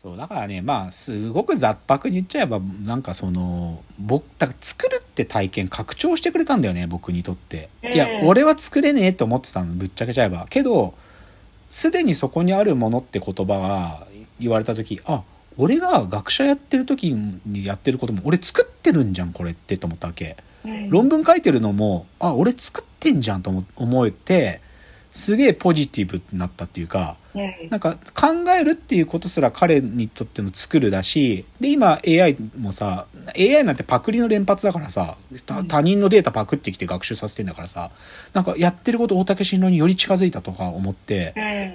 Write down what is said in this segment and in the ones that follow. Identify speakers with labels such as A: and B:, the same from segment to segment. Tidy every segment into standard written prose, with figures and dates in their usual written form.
A: そうだからね、まあすごく雑白に言っちゃえば、なんかその僕だから作るって体験拡張してくれたんだよね、僕にとって。いや俺は作れねえと思ってたの、ぶっちゃけちゃえば。けどすでにそこにあるものって言葉が言われた時、あ、俺が学者やってる時にやってることも俺作ってるんじゃんこれってと思ったわけ。論文書いてるのも、あ、俺作ってんじゃんと思えて、すげえポジティブになったっていうか、なんか考えるっていうことすら彼にとっての作るだし、で今 AI もさ、 AI なんてパクリの連発だからさ、他人のデータパクってきて学習させてんだからさ、なんかやってること大竹新郎により近づいたとか思って、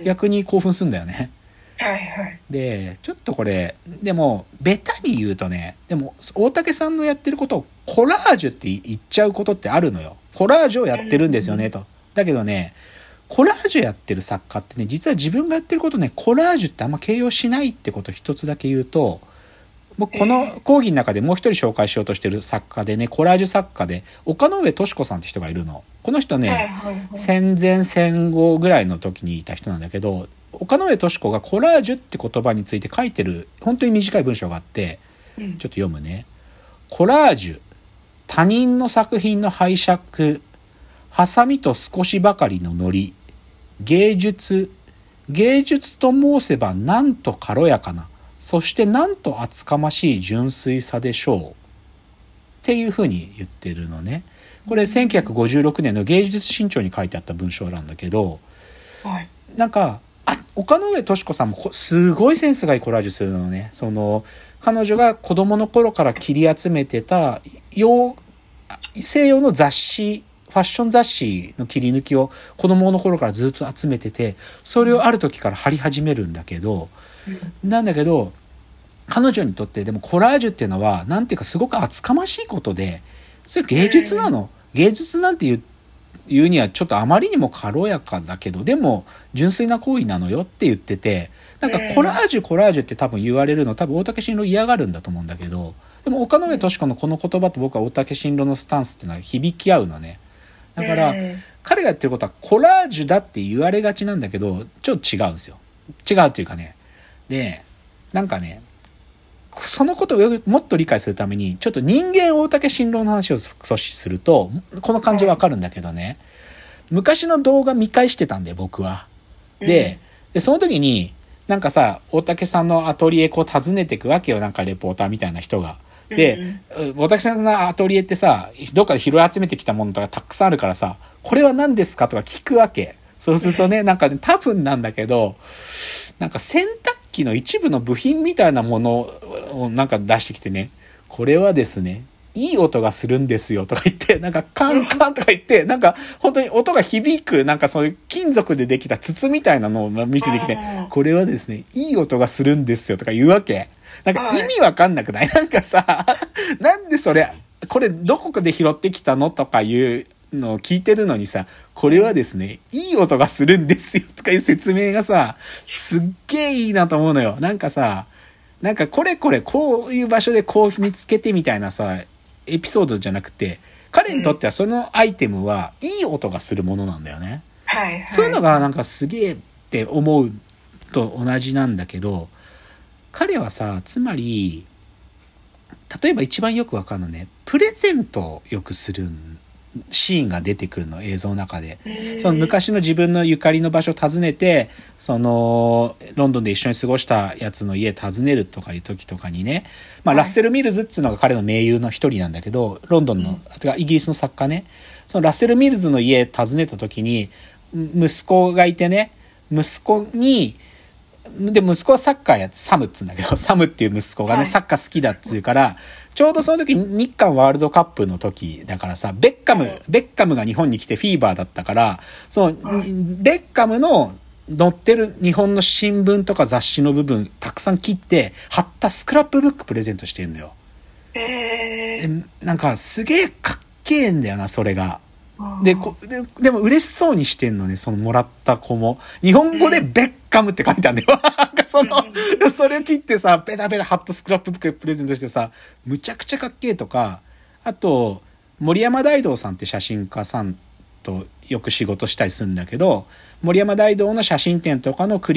A: 逆に興奮するんだよね。
B: はいはい。
A: でちょっとこれでもベタに言うとね、でも大竹さんのやってることをコラージュって言っちゃうことってあるのよ。コラージュをやってるんですよねと。だけどね、コラージュやってる作家ってね、実は自分がやってることね、コラージュってあんま形容しないってことを一つだけ言うと、僕この講義の中でもう一人紹介しようとしてる作家でね、コラージュ作家で岡上敏子さんって人がいるの。この人ね、戦前戦後ぐらいの時にいた人なんだけど、岡上敏子がコラージュって言葉について書いてる本当に短い文章があって、ちょっと読むね。コラージュ、他人の作品の拝借、ハサミと少しばかりの糊、芸術、芸術と申せばなんと軽やかな、そしてなんと厚かましい純粋さでしょうっていうふうに言ってるのね。これ1956年の芸術新潮に書いてあった文章なんだけど、なんか岡上敏子さんもすごいセンスがいいコラージュするのね。その彼女が子供の頃から切り集めてた西洋の雑誌、ファッション雑誌の切り抜きを子供の頃からずっと集めてて、それをある時から貼り始めるんだけど、なんだけど彼女にとってでもコラージュっていうのはなんていうかすごく厚かましいことで、それ芸術なの。芸術なんて言うにはちょっとあまりにも軽やかだけど、でも純粋な行為なのよって言ってて、なんかコラージュって多分言われるの多分大竹新郎嫌がるんだと思うんだけど、でも岡上敏子のこの言葉と僕は大竹新郎のスタンスっていうのは響き合うのね。だから彼がやってることはコラージュだって言われがちなんだけど、ちょっと違うんですよ。違うっていうかね、でなんかね、そのことをもっと理解するためにちょっと人間大竹新郎の話を少しするとこの感じわかるんだけどね、昔の動画見返してたんで僕は。でその時になんかさ、大竹さんのアトリエこう訪ねていくわけよ、なんかレポーターみたいな人が。で、大竹さんのアトリエってさ、どっかで拾い集めてきたものとかたくさんあるからさ、これは何ですかとか聞くわけ。そうするとね、なんかね、多分なんだけど、なんか洗濯機の一部の部品みたいなものをなんか出してきてね、これはですね、いい音がするんですよとか言って、なんかカンカンとか言って、なんか本当に音が響く、なんかそういう金属でできた筒みたいなのを見せてきて、これはですね、いい音がするんですよとか言うわけ。なんか意味わかんなくない？なんかさ、なんでそれ、これどこで拾ってきたのとかいうのを聞いてるのにさ、これはですね、いい音がするんですよとかいう説明がさ、すっげえいいなと思うのよ。なんかさ、なんかこれこういう場所でこう見つけてみたいなさ、エピソードじゃなくて、彼にとってはそのアイテムはいい音がするものなんだよね。そういうのがなんかすげえって思うと同じなんだけど、彼はさ、つまり例えば一番よくわかるのね、プレゼントをよくするシーンが出てくるの、映像の中で。その昔の自分のゆかりの場所を訪ねて、そのロンドンで一緒に過ごしたやつの家訪ねるとかいう時とかにね、まあラッセル・ミルズっていうのが彼の盟友の一人なんだけど、ロンドンの、イギリスの作家ね、そのラッセル・ミルズの家訪ねた時に息子がいてね、息子はサッカーやって、サムっつうんだけど、サムっていう息子がね、サッカー好きだっつうから、ちょうどその時日韓ワールドカップの時だからさ、ベッカムが日本に来てフィーバーだったから、そのベッカムの載ってる日本の新聞とか雑誌の部分たくさん切って貼ったスクラップブックプレゼントしてんのよ。なんかすげえかっけえんだよな、それが。でも嬉しそうにしてんのね、そのもらった子も。日本語でベッカムって書いてあるんだよ。なんかそれを切ってさ、ペタペタ貼ったスクラップブックプレゼントしてさ、むちゃくちゃかっけえとか、あと、森山大道さんって写真家さんとよく仕事したりするんだけど、森山大道の写真展とかのクリエイ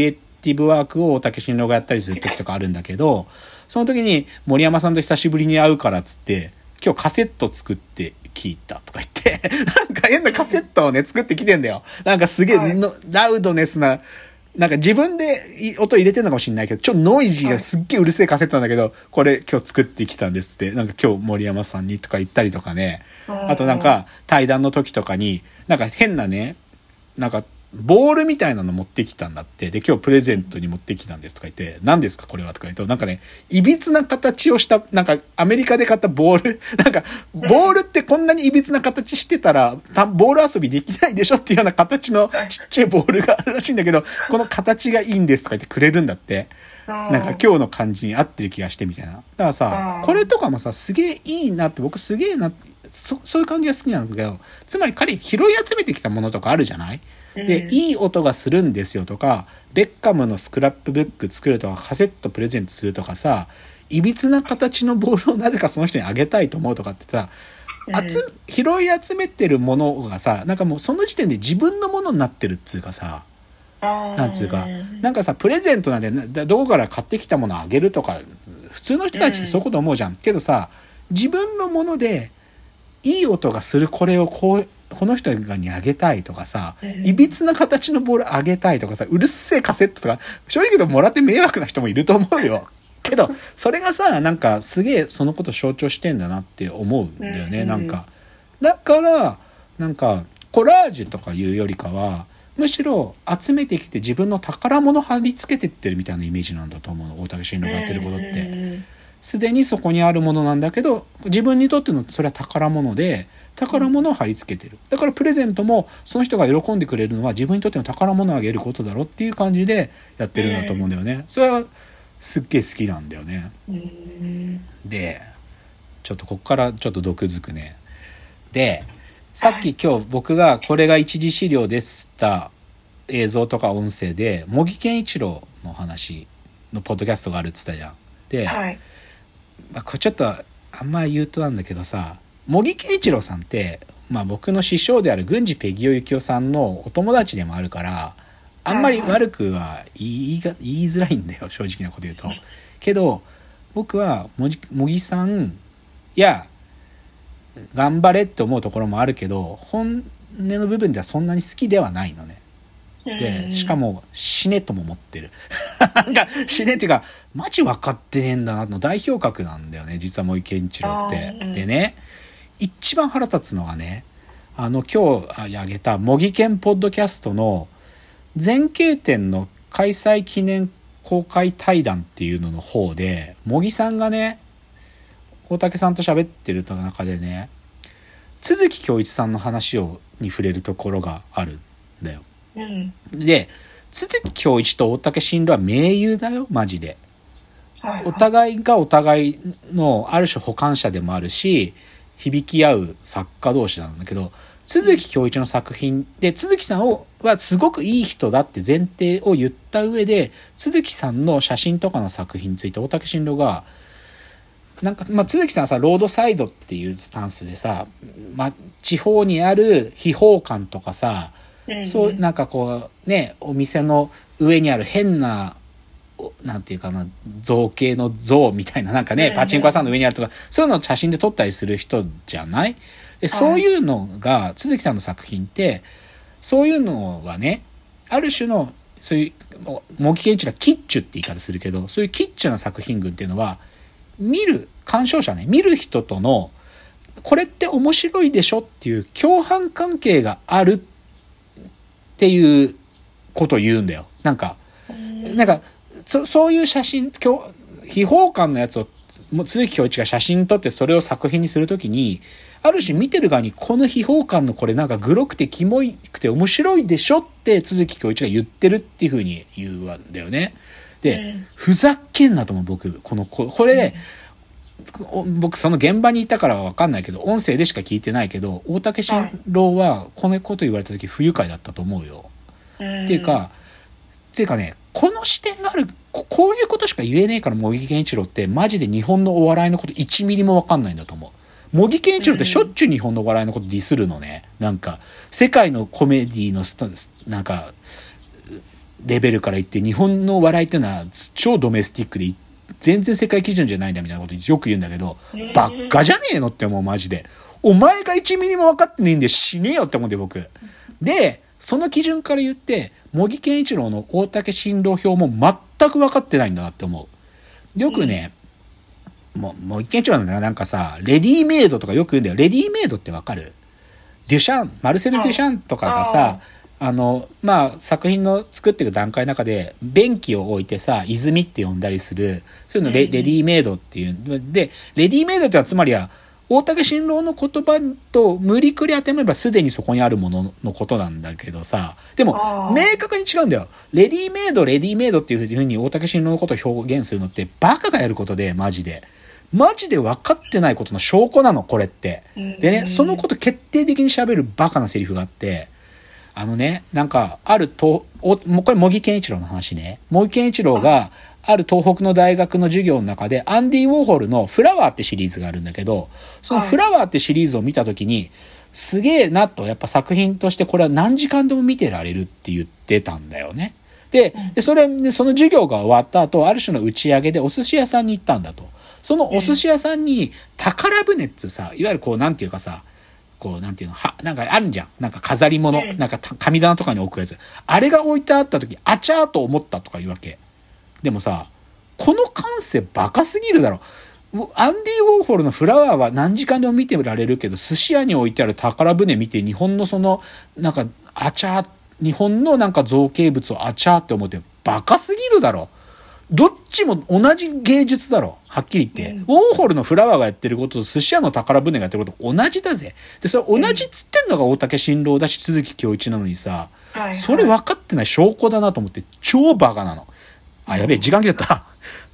A: ティブワークを大竹新郎がやったりする時とかあるんだけど、その時に森山さんと久しぶりに会うからっつって、今日カセット作って聞いたとか言って、なんか変なカセットをね、作ってきてんだよ。なんかすげえラウドネスな、なんか自分で音入れてんのかもしれないけど、ちょっとノイジーがすっげえうるせえカセットなんだけど、これ今日作ってきたんですって、なんか今日森山さんにとか言ったりとかね。あとなんか対談の時とかに、なんか変なね、なんかボールみたいなの持ってきたんだって。で、今日プレゼントに持ってきたんですとか言って、何ですかこれはとか言うと、なんかね、いびつな形をした、なんかアメリカで買ったボール、なんか、ボールってこんなにいびつな形してたら、ボール遊びできないでしょっていうような形のちっちゃいボールがあるらしいんだけど、この形がいいんですとか言ってくれるんだって。なんか今日の感じに合ってる気がしてみたいな。だからさ、これとかもさ、すげえいいなって、僕すげえな、そういう感じが好きなんだけど、つまり彼拾い集めてきたものとかあるじゃない？で、いい音がするんですよとか、ベッカムのスクラップブック作るとか、カセットプレゼントするとかさ、いびつな形のボールをなぜかその人にあげたいと思うとかってさ、拾い集めてるものがさ、なんかもうその時点で自分のものになってるっつうかさ、なんつうか、なんかさ、プレゼントなんで、どこから買ってきたものをあげるとか、普通の人たちってそういうこと思うじゃん。けどさ、自分のもので、いい音がするこれをこの人にあげたいとかさ、いびつな形のボールあげたいとかさ、うるせえカセットとか、正直言うともらって迷惑な人もいると思うよ。けど、それがさ、なんかすげえそのこと象徴してんだなって思うんだよね、なんか。だから、なんか、コラージュとかいうよりかは、むしろ集めてきて自分の宝物貼り付けてってるみたいなイメージなんだと思うの、大竹新郎がやってることって。すでにそこにあるものなんだけど、自分にとってのそれは宝物で、宝物を貼り付けてる。だからプレゼントもその人が喜んでくれるのは自分にとっての宝物をあげることだろっていう感じでやってるんだと思うんだよね。それはすっげえ好きなんだよね。で、ちょっとこっからちょっと毒づくね。で、さっき今日僕がこれが一次資料ですった映像とか音声で、茂木健一郎の話のポッドキャストがあるって言ったじゃん。で、これちょっとあんま言うとなんだけどさ、茂木健一郎さんって、僕の師匠である郡司ペギオ幸雄さんのお友達でもあるから、あんまり悪くは言いづらいんだよ、正直なこと言うと。けど僕は茂木さん頑張れって思うところもあるけど、本音の部分ではそんなに好きではないのね。で、しかも死ねとも思ってる。なんか死ねっていうか、マジ分かってねえんだなの代表格なんだよね、実は茂木健一郎って。でね、一番腹立つのがね、今日あげた茂木健ポッドキャストの前景展の開催記念公開対談っていうのの方で、茂木さんがね、大竹さんと喋ってる中でね、都築恭一さんの話に触れるところがあるんだよ。で、都築恭一と大竹新郎は盟友だよ、マジで。お互いがお互いのある種補完者でもあるし、響き合う作家同士なんだけど、都築恭一の作品で、都築さんはすごくいい人だって前提を言った上で、都築さんの写真とかの作品について大竹新郎が、なんか、都築さんはさ、ロードサイドっていうスタンスでさ、地方にある秘宝館とかさ、そうなんかこうね、お店の上にある変ななんていうかな、造形の像みたいな、なんかね、パチンコ屋さんの上にあるとか、そういうのを写真で撮ったりする人じゃない？で、そういうのが都築さんの作品って、そういうのがね、ある種のそういう茂木健一郎はキッチュって言い方するけど、そういうキッチュな作品群っていうのは、鑑賞者ね、見る人とのこれって面白いでしょっていう共犯関係があるっていうことを言うんだよ。なんかそういう写真、秘宝館のやつを都築恭一が写真撮ってそれを作品にするときに、ある種見てる側にこの秘宝館のこれなんかグロくてキモくて面白いでしょって都築恭一が言ってるっていう風に言うんだよね。で、ふざけんなと思う、僕。これ、僕その現場にいたからは分かんないけど、音声でしか聞いてないけど、大竹新郎はこのこと言われた時不愉快だったと思うよ。っていうかね、この視点がある、こういうことしか言えねえから、茂木健一郎ってマジで日本のお笑いのこと1ミリも分かんないんだと思う。茂木健一郎ってしょっちゅう日本のお笑いのことディスるのね。なんか世界のコメディのなんかレベルから言って日本の笑いってのは超ドメスティックで全然世界基準じゃないんだみたいなことよく言うんだけど、ばっかじゃねえのって思う、マジで。お前が1ミリも分かってねえんで死ねよって思って僕。で、その基準から言って、茂木健一郎の大竹新郎表も全く分かってないんだなって思う。よくね、茂木健一郎のなんかさ、レディーメイドとかよく言うんだよ。レディーメイドって分かる？デュシャン、マルセル・デュシャンとかがさ、作品の作っていく段階の中で、便器を置いてさ、泉って呼んだりする、そういうのレディーメイドっていう。で、レディーメイドってのはつまりは、大竹新郎の言葉と無理くり当てはめればすでにそこにあるもののことなんだけどさ、でも、明確に違うんだよ。レディーメイドっていうふうに大竹新郎のことを表現するのってバカがやることで、マジで分かってないことの証拠なの、これって。でね、そのこと決定的に喋るバカなセリフがあって、なんか、これ、茂木健一郎の話ね。茂木健一郎が、ある東北の大学の授業の中で、アンディ・ウォーホルのフラワーってシリーズがあるんだけど、そのフラワーってシリーズを見たときに、すげえなと、やっぱ作品としてこれは何時間でも見てられるって言ってたんだよね。で、その授業が終わった後、ある種の打ち上げでお寿司屋さんに行ったんだと。そのお寿司屋さんに、宝船ってさ、いわゆるこう、なんていうかさ、こう、なんていうの、なんかあるんじゃん。なんか飾り物、なんか神棚とかに置くやつ。あれが置いてあった時、あちゃーと思ったとか言うわけ。でもさ、この感性バカすぎるだろ。アンディ・ウォーホルのフラワーは何時間でも見てられるけど、寿司屋に置いてある宝船見て、日本のその、なんか、あちゃー、日本のなんか造形物をあちゃーって思ってバカすぎるだろ。どっちも同じ芸術だろ。はっきり言って。ウォーホルのフラワーがやってることと寿司屋の宝船がやってること同じだぜ。で、それ同じっつってんのが大竹新郎だし、鈴木恭一なのにさ、それ分かってない証拠だなと思って超バカなの。あ、やべえ、時間切れた。